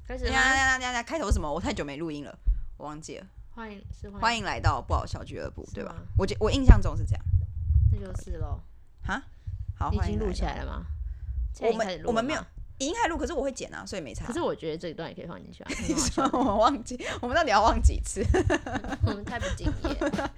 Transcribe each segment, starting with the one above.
开始了吗？ 开头什么？我太久没录音了，我忘记了。欢迎来到不好笑俱乐部，对吧？我印象中是这样。 那就是咯。 哈，好， 你已经录起来了吗？ 我们没有，已经开始录，可是我会剪啊，所以没差。 可是我觉得这一段也可以放进去啊。 我们忘记，我们到底要忘几次？ 我们太不敬业了。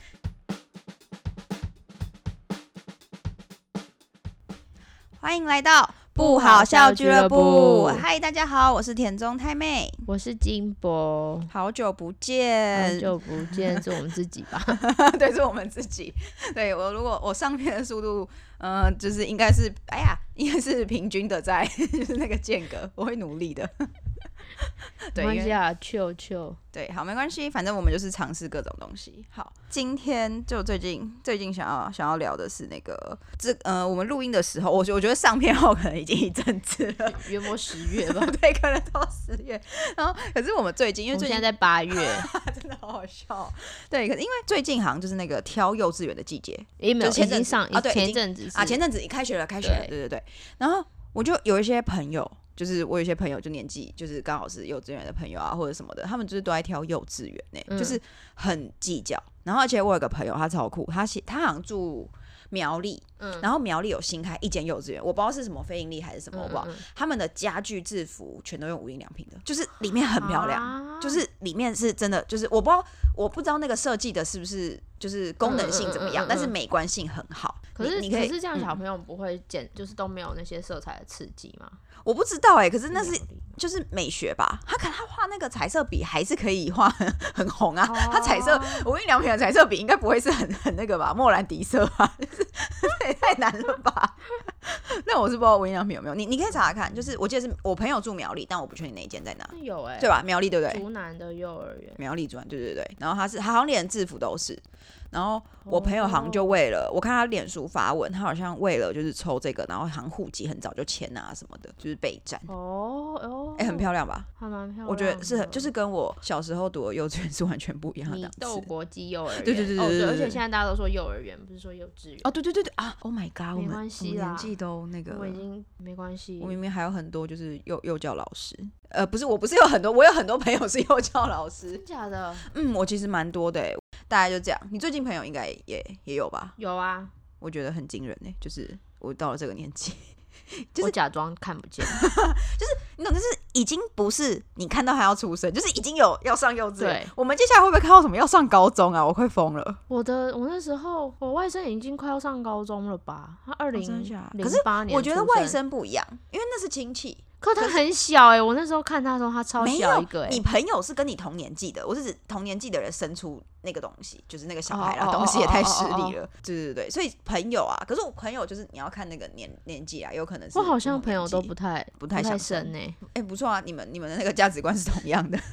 欢迎来到不好笑俱乐部。嗨，大家好，我是田中太妹， 我是金博。 好久不见， 好久不见，是我们自己吧？ 对，是我们自己。对，如果我上片的速度，就是应该是平均的在，就是那个间隔，我会努力的。 没关系啊，chill。 对，好，没关系，反正我们就是尝试各种东西。好，今天就最近想要聊的是那个我们录音的时候，我觉得上片后可能已经一阵子了， 约莫10月吧。 对，可能到10月。然后，可是我们最近因为最近现在在8月， 真的好好笑。对，可是因为最近好像就是那个挑幼稚园的季节， 没有，已经上啊，对， 前阵子前阵子开学了，对。然后我就有一些朋友。就是我有些朋友就年纪就是刚好是幼稚园的朋友啊或者什么的，他们就是都在挑幼稚园就是很计较。然后而且我有个朋友他超酷，他好像住苗栗，然后苗栗有新开一间幼稚园，我不知道是什么非盈利还是什么，我不知道。他们的家具制服全都用无印良品的，就是里面很漂亮，就是里面是真的，就是我不知道那个设计的是不是就是功能性怎么样，但是美观性很好。 可是这样小朋友不会就是都没有那些色彩的刺激吗？ 我不知道可是那是就是美学吧。他画那个彩色笔还是可以画很红啊。他彩色无印良品的彩色笔应该不会是很那个吧？莫兰迪色吧？这也太难了吧？那我是不知道无印良品有没有。你可以查查看，就是我记得是我朋友住苗栗，但我不确定那一间在哪。 有对吧？苗栗对不对？ 竹南的幼儿园。 苗栗竹南，对。然后他好像连制服都是。然后我朋友好像就为了我看他脸书发文，他好像为了就是抽这个，然后好像户籍很早就签啊什么的，就是备战。很漂亮吧？ 还蛮漂亮的。 我觉得是就是跟我小时候读的幼稚园是完全不一样的档次。 米豆国际幼儿园， 对， 而且现在大家都说幼儿园，不是说幼稚园。 对啊 ！Oh my god， 没关系啦， 我们年纪都那个， 我已经没关系。 我明明还有很多就是幼教老师，不是，我不是有很多，我有很多朋友是幼教老师。 真假的？ 我其实蛮多的大概就这样。你最近朋友应该也有吧？ 有啊， 我觉得很惊人就是我到了这个年纪。 就是我假装看不见， 就是你懂，就是已经不是你看到他要出生，就是已经有要上幼稚园。我们接下来会不会看到什么要上高中啊？我快疯了！我那时候我外甥已经快要上高中了吧？他2008年，可是我觉得外甥不一样，因为那是亲戚。 可他很小我那时候看他的时候，他超小一个你朋友是跟你同年纪的，我是指同年纪的人生出那个东西，就是那个小孩啦，东西也太失礼了。对，所以朋友啊，可是我朋友就是你要看那个年纪啊，有可能是我好像朋友都不太深不错啊，你们的那个价值观是同样的。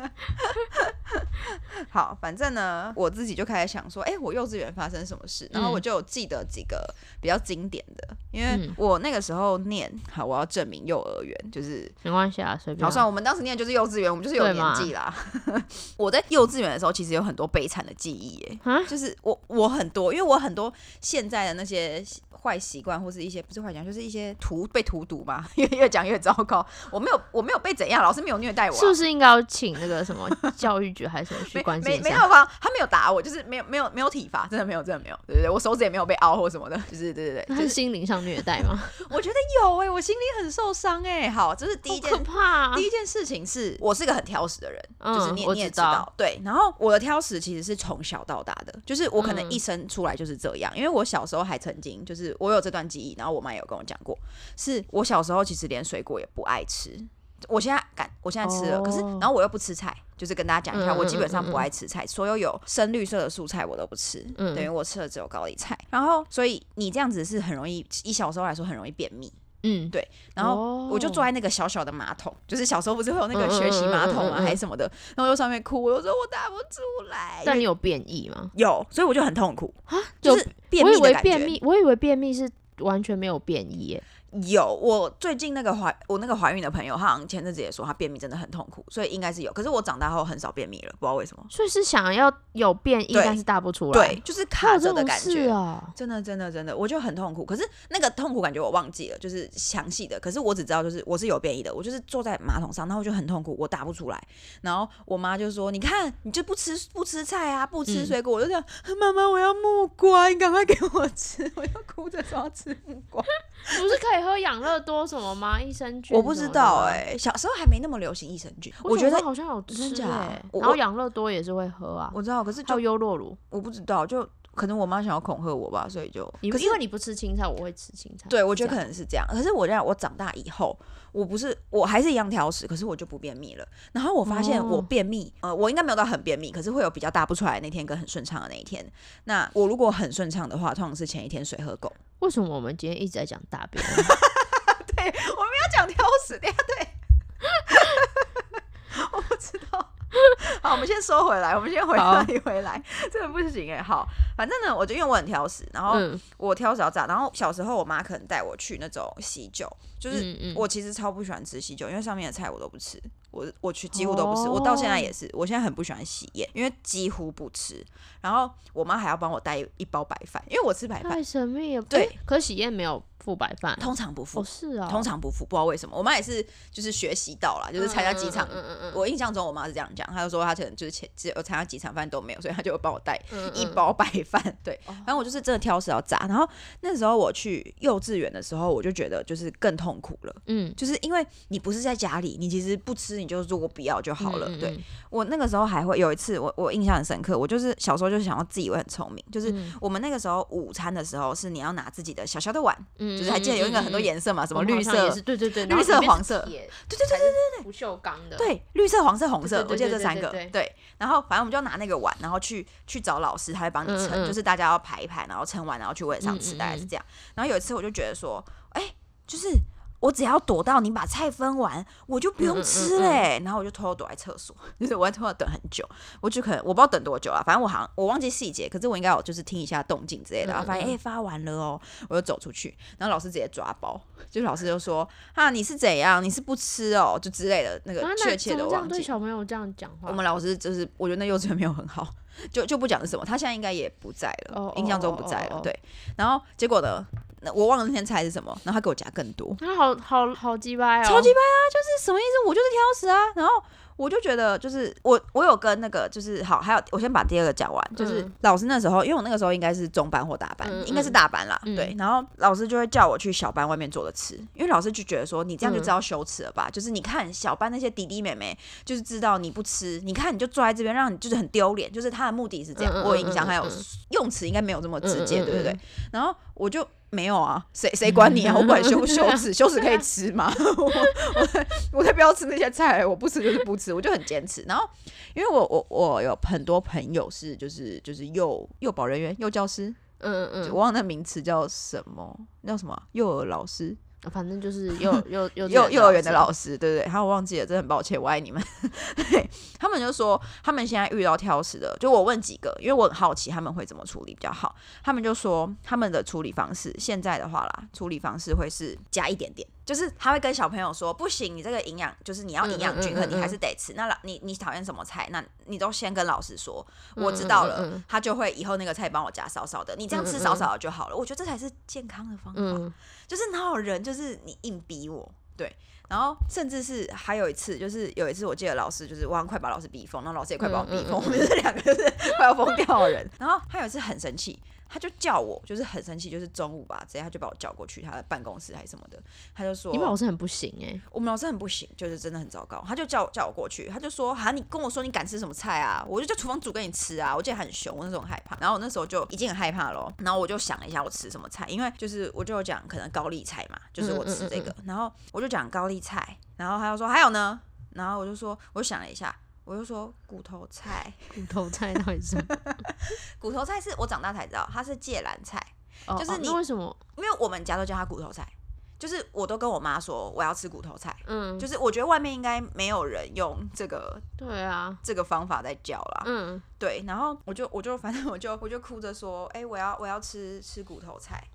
好，反正呢，我自己就开始想说，我幼稚园发生什么事，然后我就有记得几个比较经典的，因为我那个时候好，我要证明幼儿园就是没关系啊，随便。 好，算我们当时念就是幼稚园，我们就是有年纪啦。我在幼稚园的时候，其实有很多悲惨的记忆就是我很多，因为我很多现在的那些坏习惯或是一些不是坏习惯，就是一些被荼毒嘛，越讲越糟糕。我没有被怎样，老师没有虐待我是不是应该要请那个什么教育局还是什么去关心一下？ 没有吧，他没有打我，就是没有体罚，真的没有，对，我手指也没有被凹或什么的，就是对。 那是心灵上虐待吗？ 我觉得有我心里很受伤好，这是第一件， 好可怕第一件事情是我是个很挑食的人，就是你也知道，对。然后我的挑食其实是从小到大的，就是我可能一生出来就是这样，因为我小时候还曾经就是我有这段记忆，然后我妈也有跟我讲过，是我小时候其实连水果也不爱吃。我现在吃了，可是然后我又不吃菜，就是跟大家讲一下，我基本上不爱吃菜，所有深绿色的蔬菜我都不吃，等于我吃的只有高丽菜。然后所以你这样子是很容易，以小时候来说很容易便秘。对，然后我就坐在那个小小的马桶，就是小时候不是会有那个学习马桶啊，还是什么的，然后就上面哭，我就说我打不出来。 但你有变异吗？ 有，所以我就很痛苦就是便秘的感觉。 我以为便秘是完全没有变异有，我最近我那个怀孕的朋友，她好像前阵子也说她便秘真的很痛苦，所以应该是有。可是我长大后很少便秘了，不知道为什么。 所以是想要有便意，但是大不出来。 对，就是卡着的感觉。真的，我就很痛苦。可是那个痛苦感觉我忘记了，就是详细的。可是我只知道就是我是有便意的，我就是坐在马桶上，然后我就很痛苦，我打不出来。然后我妈就说：“你看，你就不吃菜啊，不吃水果。”我就想：“妈妈，我要木瓜，你赶快给我吃。”我就哭着说要吃木瓜。 不是可以喝养乐多什么吗？益生菌？ 我不知道小时候还没那么流行益生菌。我觉得好像有吃然后养乐多也是会喝啊。 我知道，可是还有优酪乳， 我不知道，就可能我妈想要恐吓我吧，所以就因为你不吃青菜，我会吃青菜。 对，我觉得可能是这样。可是我长大以后，我还是一样挑食，可是我就不便秘了。然后我发现我便秘，我应该没有到很便秘，可是会有比较大不出来的那天跟很顺畅的那一天。那我如果很顺畅的话，通常是前一天水喝够。 为什么我们今天一直在讲大便？ 对，我们要讲挑食，对。我不知道。好，我们先收回来，我们先回来，真的不行好，反正呢，因为我很挑食，然后我挑食到炸。然后小时候我妈可能带我去那种喜酒，就是我其实超不喜欢吃喜酒，因为上面的菜我都不吃，我去几乎都不吃。我到现在也是，我现在很不喜欢喜宴，因为几乎不吃。然后我妈还要帮我带一包白饭，因为我吃白饭。 太神秘了。 对， 可是喜宴没有付白饭， 通常不付。 是啊， 通常不付，不知道为什么。我妈也是，就是学习到啦，就是参加几场。我印象中我妈是这样讲，她就说她可能就是只有参加几场饭都没有，所以她就帮我带一包白饭。对，反正我就是真的挑食到炸。然后那时候我去幼稚园的时候，我就觉得就是更痛苦了。就是因为你不是在家里，你其实不吃，你就说我不要就好了。对，我那个时候还会有一次，我印象很深刻，我就是小时候就是想要自以为很聪明，就是我们那个时候午餐的时候是你要拿自己的小小的碗，就是还记得有一个很多颜色嘛，什么绿色， 对， 绿色、黄色，对， 不锈钢的， 对，绿色、黄色、红色，我记得这三个，对。然后反正我们就拿那个碗，然后去找老师，他会帮你称，就是大家要排一排，然后称完，然后去位置上吃，大概是这样。然后有一次我就觉得说，就是我只要躲到你把菜分完，我就不用吃然后我就偷偷躲在厕所，就是我在偷偷等很久，我就可能我不知道等多久了，反正我忘记细节，可是我应该有就是听一下动静之类的，然后发现发完了哦，我就走出去，然后老师直接抓包，就老师就说你是怎样，你是不吃哦，就之类的那个确切的我忘记。 对小朋友这样讲话， 我们老师就是我觉得那幼稚园没有很好，就不讲是什么，他现在应该也不在了，印象中不在了，对。然后结果呢？我忘了那天菜是什么，然后他给我加更多， 他好鸡掰哦， 超鸡掰啊！就是什么意思？我就是挑食啊。然后我就觉得，就是我有跟那个就是好，还有我先把第二个讲完，就是老师那时候，因为我那个时候应该是中班或大班，应该是大班啦，对。然后老师就会叫我去小班外面坐着吃，因为老师就觉得说你这样就知道羞耻了吧？就是你看小班那些弟弟妹妹，就是知道你不吃，你看你就坐在这边，让你就是很丢脸，就是他的目的是这样。我有印象，还有用词应该没有这么直接，对不对？然后我就。没有啊，谁管你啊？我管羞耻，羞耻可以吃吗？我才不要吃那些菜，我不吃就是不吃，我就很坚持。然后，因为我有很多朋友是就是幼保人员、幼教师，我忘了那名词叫什么，叫什么幼儿老师。 反正就是幼儿园的老师，对对对，我忘记了，真的很抱歉，我爱你们。对，他们就说他们现在遇到挑食的，就我问几个，因为我很好奇他们会怎么处理比较好。他们就说他们的处理方式，现在的话啦，处理方式会是加一点点，就是他会跟小朋友说，不行，你这个营养就是你要营养均衡，你还是得吃。那你讨厌什么菜，那你都先跟老师说，我知道了，他就会以后那个菜帮我加少少的，你这样吃少少的就好了。我觉得这才是健康的方法，就是哪有人就是你硬逼我，对。然后甚至是还有一次，就是有一次我记得老师就是我好像快把老师逼疯，然后老师也快把我逼疯，我们是两个就是快要疯掉的人。然后他有一次很生气，他就叫我，就是很生气，就是中午吧，直接他就把我叫过去他的办公室还是什么的，他就说你们老师很不行我们老师很不行，就是真的很糟糕。他就叫我过去，他就说你跟我说你敢吃什么菜啊？我就在厨房煮给你吃啊！我记得很凶，我那时候很害怕。然后我那时候就已经很害怕了，然后我就想了一下我吃什么菜，因为就是我就有讲可能高丽菜嘛，就是我吃这个，然后我就讲高丽菜，然后他就说还有呢，然后我就想了一下。我就说骨头菜， 骨头菜到底是什么？ 骨头菜是我长大才知道，它是芥蓝菜，就是你为什么？ 因为我们家都叫它骨头菜，就是我都跟我妈说我要吃骨头菜，就是我觉得外面应该没有人用这个， 对啊， 这个方法在叫啦，对，然后我就反正我就哭着说，我要吃骨头菜，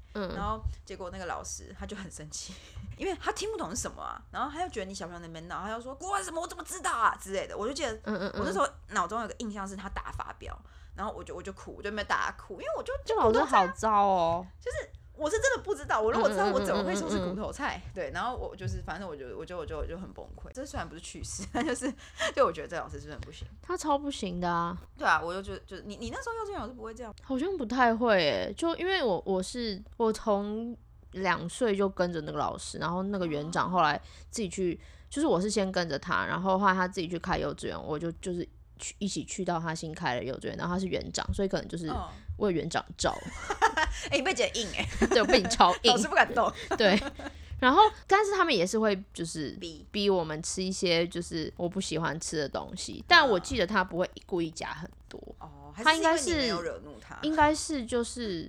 然后结果那个老师他就很生气，因为他听不懂是什么啊，然后他又觉得你小朋友那边闹，他又说国文什么我怎么知道啊之类的。我就记得我那时候脑中有个印象是他打发飙，然后我就哭，我就没有打他哭，因为我就老师好糟哦， 就是我是真的不知道，我如果知道我怎么会说是骨头菜？对，然后我就是反正我就很崩溃。这虽然不是趣事，但就是我觉得这老师真的不行， 他超不行的啊。 对啊，我就觉得你那时候幼稚园老师不会这样？ 好像不太会耶，就因为我从2岁就跟着那个老师，然后那个园长后来自己去，就是我是先跟着他，然后后来他自己去开幼稚园，我就是一起去到他新开的幼稚园，然后他是园长，所以可能就是为园长照。 你被姐硬对，我被你超硬， 老师不敢动。 对，然后但是他们也是会就是逼我们吃一些就是我不喜欢吃的东西，但我记得他不会故意加很多。他应该是没有惹怒他， 应该是就是，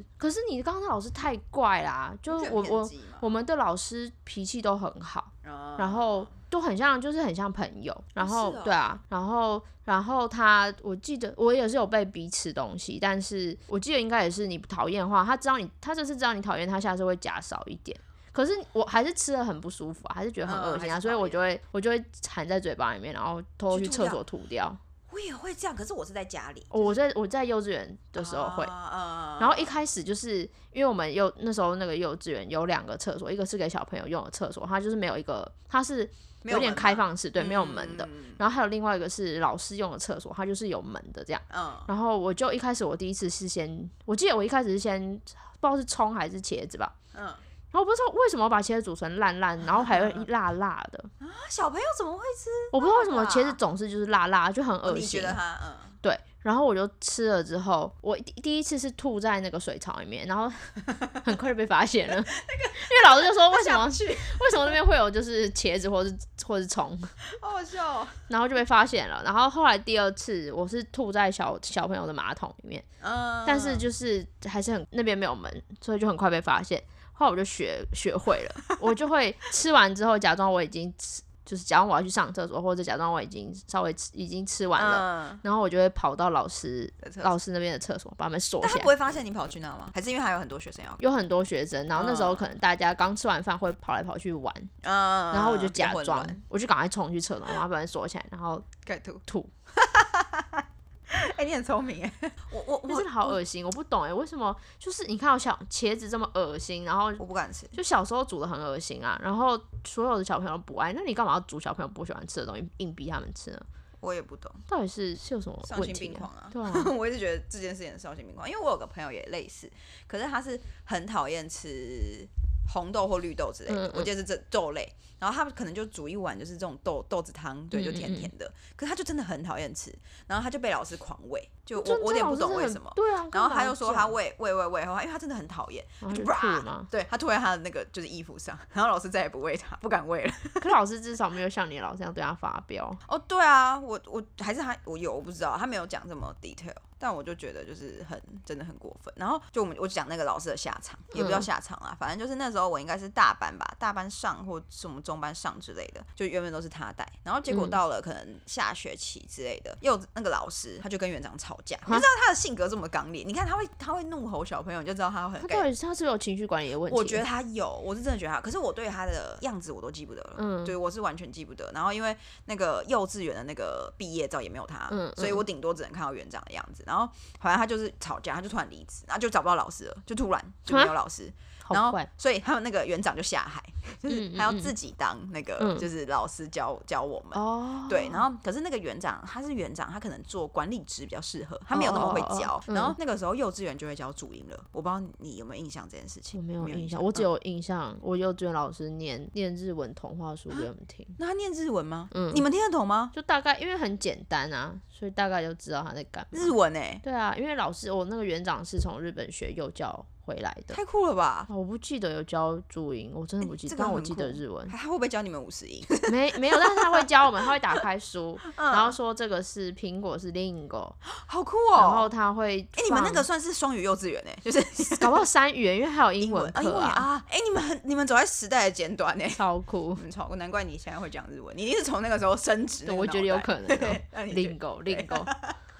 可是你刚刚那老师太怪啦，就我们的老师脾气都很好，然后都很像，就是很像朋友，然后对啊，然后他，我记得我也是有被逼吃东西，但是我记得应该也是你不讨厌的话，他这次知道你讨厌，他下次会加少一点。可是我还是吃得很不舒服啊，还是觉得很恶心啊，所以我就会含在嘴巴里面，然后偷偷去厕所吐掉。 我也会这样，可是我是在家里。 我在幼稚园的时候会，然后一开始就是因为我们那时候那个幼稚园有2个厕所，一个是给小朋友用的厕所，它就是没有一个，它是有点开放式，对，没有门的。然后还有另外一个是老师用的厕所，它就是有门的这样。然后我就一开始我第一次是我记得我一开始是先不知道是葱还是茄子吧。然后我不知道为什么把茄子煮成烂烂，然后还会辣辣的啊！小朋友怎么会吃？ 我不知道为什么茄子总是就是辣辣，就很恶心。 你觉得它对，然后我就吃了之后，我第一次是吐在那个水槽里面，然后很快就被发现了。因为老师就说为什么那边会有就是茄子或是葱， 好好笑哦。 然后就被发现了。然后后来第2次我是吐在小朋友的马桶里面，但是就是还是那边没有门，所以就很快被发现。后来我就学会了，我就会吃完之后假装我已经就是假装我要去上厕所，或者假装我已经稍微已经吃完了，然后我就会跑到老师那边的厕所，把门锁起来。 但他不会发现你跑去那吗？还是因为还有很多学生要？ 有很多学生，然后那时候可能大家刚吃完饭会跑来跑去玩，然后我就假装，我就赶快冲去厕所，然后把门锁起来，然后吐。 你很聪明我真的好恶心，我不懂为什么就是你看小茄子这么恶心，然后我不敢吃， 就小时候煮的很恶心啊，然后所有的小朋友都不爱，那你干嘛要煮小朋友不喜欢吃的东西硬逼他们吃呢？ 我也不懂， 到底是有什么问题？ 丧心病狂啊！ 对啊， 我一直觉得这件事情丧心病狂，因为我有个朋友也类似，可是他是很讨厌吃红豆或绿豆之类的，我记得是这豆类，然后他可能就煮一碗就是这种豆子汤，对，就甜甜的，可是他就真的很讨厌吃，然后他就被老师狂喂，就我有点不懂为什么， 对啊， 然后他又说他喂后，因为他真的很讨厌， 就吐吗？ 对，他吐在他的那个就是衣服上，然后老师再也不喂他，不敢喂了。 可老师至少没有像你老师这样对他发飙。 哦，对啊，我还是我不知道，他没有讲这么 detail。但我就觉得就是真的很过分，然后就我讲那个老师的下场，也不叫下场啦，反正就是那时候我应该是大班吧，大班上或什么中班上之类的，就原本都是他带，然后结果到了可能下学期之类的，又那个老师他就跟园长吵架，你就知道他的性格这么刚烈，你看他会怒吼小朋友，你就知道他会很。他是不是有情绪管理的问题？ 我觉得他有，我是真的觉得他，可是我对他的样子我都记不得了，对我是完全记不得。然后因为那个幼稚园的那个毕业照也没有他，所以我顶多只能看到园长的样子。然后好像他就是吵架，他就突然离职，然后就找不到老师了，就突然就没有老师。然后，所以还有那个园长就下海，就是他要自己当那个就是老师教我们。对，然后可是那个园长他是园长，他可能做管理职比较适合，他没有那么会教。然后那个时候幼稚园就会教注音了，我不知道你有没有印象这件事情？ 我没有印象，我只有印象我幼稚园老师念日文童话书给我们听。 那他念日文吗？你们听得懂吗？ 就大概因为很简单啊，所以大概就知道他在干嘛。 日文对啊，因为我那个园长是从日本学幼教回来的。 太酷了吧！ 我不记得有教注音，我真的不记得，但我记得日文。 他会不会教你们50音？ 没有，但是他会教我们，他会打开书，然后说这个是苹果是 lingo， 好酷哦。 然后他会， 你们那个算是双语幼稚园就是搞不好3语言，因为还有英文课啊。你们走在时代的尖端呢， 超酷， 超酷，难怪你现在会讲日文，你一定是从那个时候升职。 我觉得有可能lingo。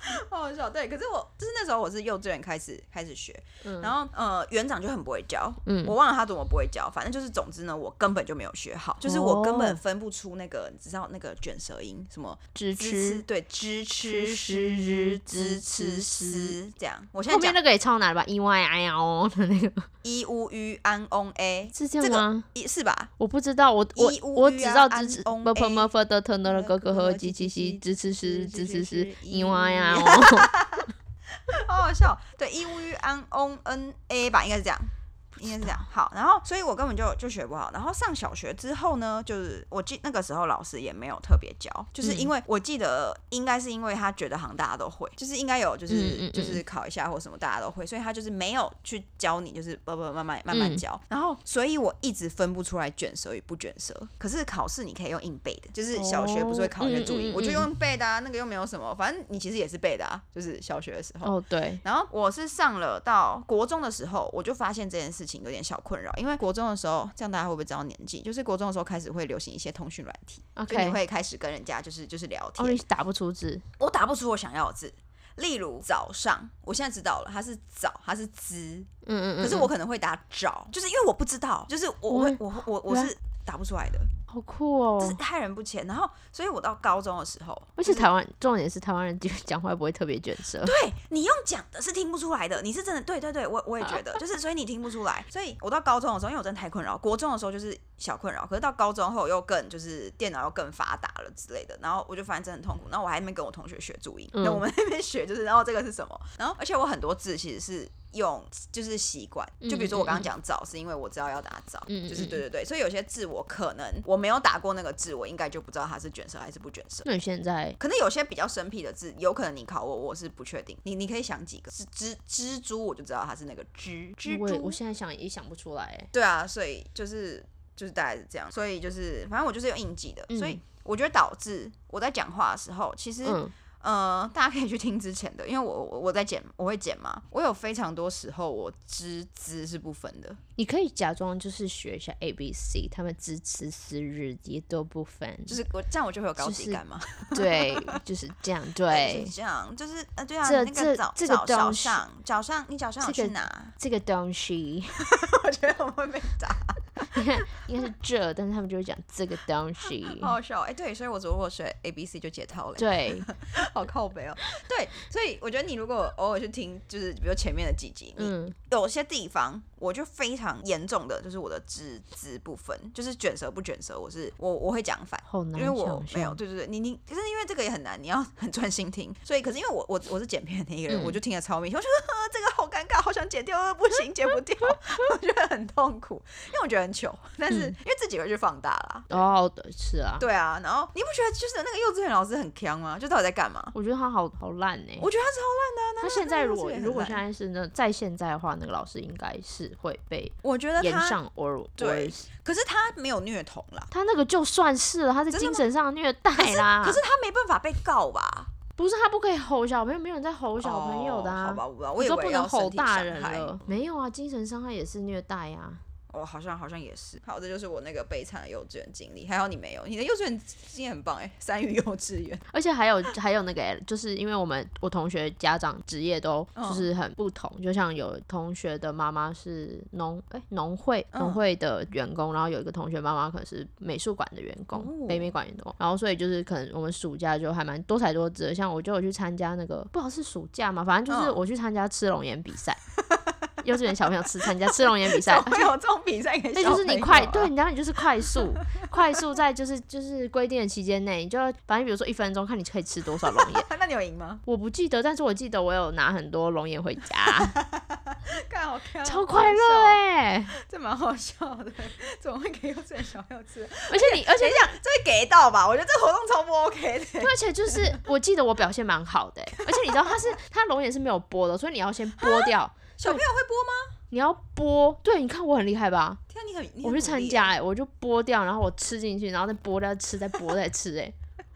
好好笑。对，可是我就是那时候我是幼稚园开始学，然后园长就很不会教，我忘了他怎么不会教，反正就是总之呢，我根本就没有学好，就是我根本分不出那个，你知道那个卷舌音什么支吃， 对，支吃诗日支吃诗这样。我现在后面那个也超难吧 ，e y i o 的那个 e u u an on a 是这样吗？ 是吧？ 我不知道，我只知道支持 b p m f d t n的哥哥和吉吉西支持诗支持诗 e y i o 好好笑。对 e u u an on n a 吧，应该是这样。应该是这样。好，然后所以我根本就学不好。然后上小学之后呢，就是我记那个时候老师也没有特别教，就是因为我记得应该是因为他觉得好像大家都会，就是应该有就是考一下或什么大家都会，所以他就是没有去教你，就是慢慢教。然后所以我一直分不出来卷舌与不卷舌。可是考试你可以用硬背的，就是小学不是会考一些注音，我就用背的啊，那个又没有什么，反正你其实也是背的啊，就是小学的时候。 哦，对。 然后我是上了到国中的时候，我就发现这件事情有点小困扰，因为国中的时候，这样大家会不会知道年纪？就是国中的时候开始会流行一些通讯软体，就你会开始跟人家就是聊天。 哦，你打不出字， 我打不出我想要的字。例如早上，我现在知道了，它是早，它是滋，可是我可能会打找，就是因为我不知道，就是我是打不出来的。 好酷哦， 这是害人不浅。然后，所以我到高中的时候， 而且台湾重点是台湾人讲话不会特别卷舌， 对你用讲的是听不出来的，你是真的对，我也觉得，就是所以你听不出来。所以我到高中的时候，因为我真的太困扰，国中的时候就是小困扰，可是到高中后又更就是电脑又更发达了之类的，然后我就发现真的很痛苦。然后我还没跟我同学学注音，那我们那边学就是然后这个是什么，然后而且我很多字其实是用就是习惯，就比如说我刚刚讲早是因为我知道要打早，就是对，所以有些字我可能我没有打过那个字，我应该就不知道它是卷舌还是不卷舌。 那你现在可能有些比较生僻的字，有可能你考我是不确定。你可以想几个是蜘蛛，我就知道它是那个蜘蛛。 我现在想也想不出来。 对啊，所以就是大概是这样。所以就是反正我就是用硬记的，所以我觉得导致我在讲话的时候，其实。大家可以去听之前的，因为我在剪，我会剪嘛。我有非常多时候我知滋是不分的。 你可以假装就是学一下 ABC， 他们知词思日也都不分， 就是这样我就会有高级感嘛。 对，就是这样，对， 就是这样，就是对啊，那个早上，你早上有去哪？ 这个东西， 我觉得我会被打。 应该是这，但是他们就会讲这个东西， 好好笑。对，所以我如果学 ABC 就解套了。 对， 好靠北哦。对，所以我觉得你如果偶尔去听，就是比如前面的几集，你有些地方我就非常严重的，就是我的知滋部分，就是卷舌不卷舌，我会讲反， 好难， 因为我没有，对，你可是因为这个也很难，你要很专心听，所以可是因为我是剪片的那一个人，我就听得超明显，我觉得这个好尴尬，好想剪掉，不行，剪不掉，我觉得很痛苦，因为我觉得很糗，但是因为自己会去放大啦。 哦，是啊， 对啊，然后你不觉得就是那个幼稚园老师很强吗？就到底在干嘛？ 我觉得他好烂欸， 我觉得他超烂的啊。 他现在如果现在是在现在的话，那个老师应该是会被延上 or 对，可是他没有虐童啦， 他那个就算是了，他是精神上虐待啦。 可是他没办法被告吧？ 不是，他不可以吼小朋友，没有人在吼小朋友的啊。 好吧，我不知道，我以为都不能吼大人了。 没有啊，精神伤害也是虐待啊。 好像也是。好，这就是我那个悲惨的幼稚园经历。还好你没有，你的幼稚园经验很棒3语幼稚园。 而且还有那个就是因为我同学家长职业都就是很不同，就像有同学的妈妈是农会的员工，然后有一个同学妈妈可能是美术馆的员工，北美馆员工。然后所以就是可能我们暑假就还蛮多彩多姿的，像我就有去参加那个不知道是暑假嘛，反正就是我去参加吃龙眼比赛。幼稚园小朋友参加吃龙眼比赛， 有这种比赛可以小朋友， 那就是你对，然后你就是快速在就是规定的期间内，你就反正比如说1分钟，看你可以吃多少龙眼。 那你有赢吗？ 我不记得，但是我记得我有拿很多龙眼回家， 看好看， 超快乐这蛮好笑的，怎么会给幼稚园小朋友吃？ 而且这会给到吧？我觉得这活动超不 OK 的。 对，而且就是我记得我表现蛮好的，而且你知道它龙眼是没有剥的，所以你要先剥掉。 小朋友会剥吗？ 你要剥，对，你看我很厉害吧？ 天啊，你我去参加我就剥掉，然后我吃进去，然后再剥掉吃，再剥再吃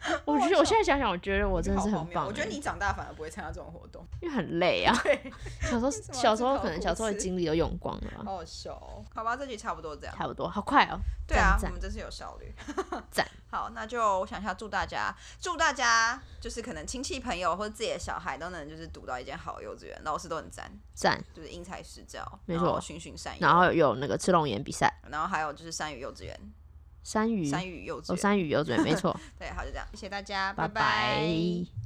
我觉得我现在想想，我觉得我真的是很棒。 我觉得你长大反而不会参加这种活动， 因为很累啊。小时候可能小时候的精力都用光了。 好笑哦。好吧，这集差不多这样。 差不多，好快哦。 对啊，我们真是有效率。 赞。 好，那就我想一下，祝大家就是可能亲戚朋友或者自己的小孩都能就是读到一间好幼稚园，老师都很赞，就是因材施教， 没错， 循循善诱， 然后有那个吃龙眼比赛， 然后还有就是山语幼稚园。 山语幼稚园， 没错。对，好，就这样，谢谢大家，拜拜。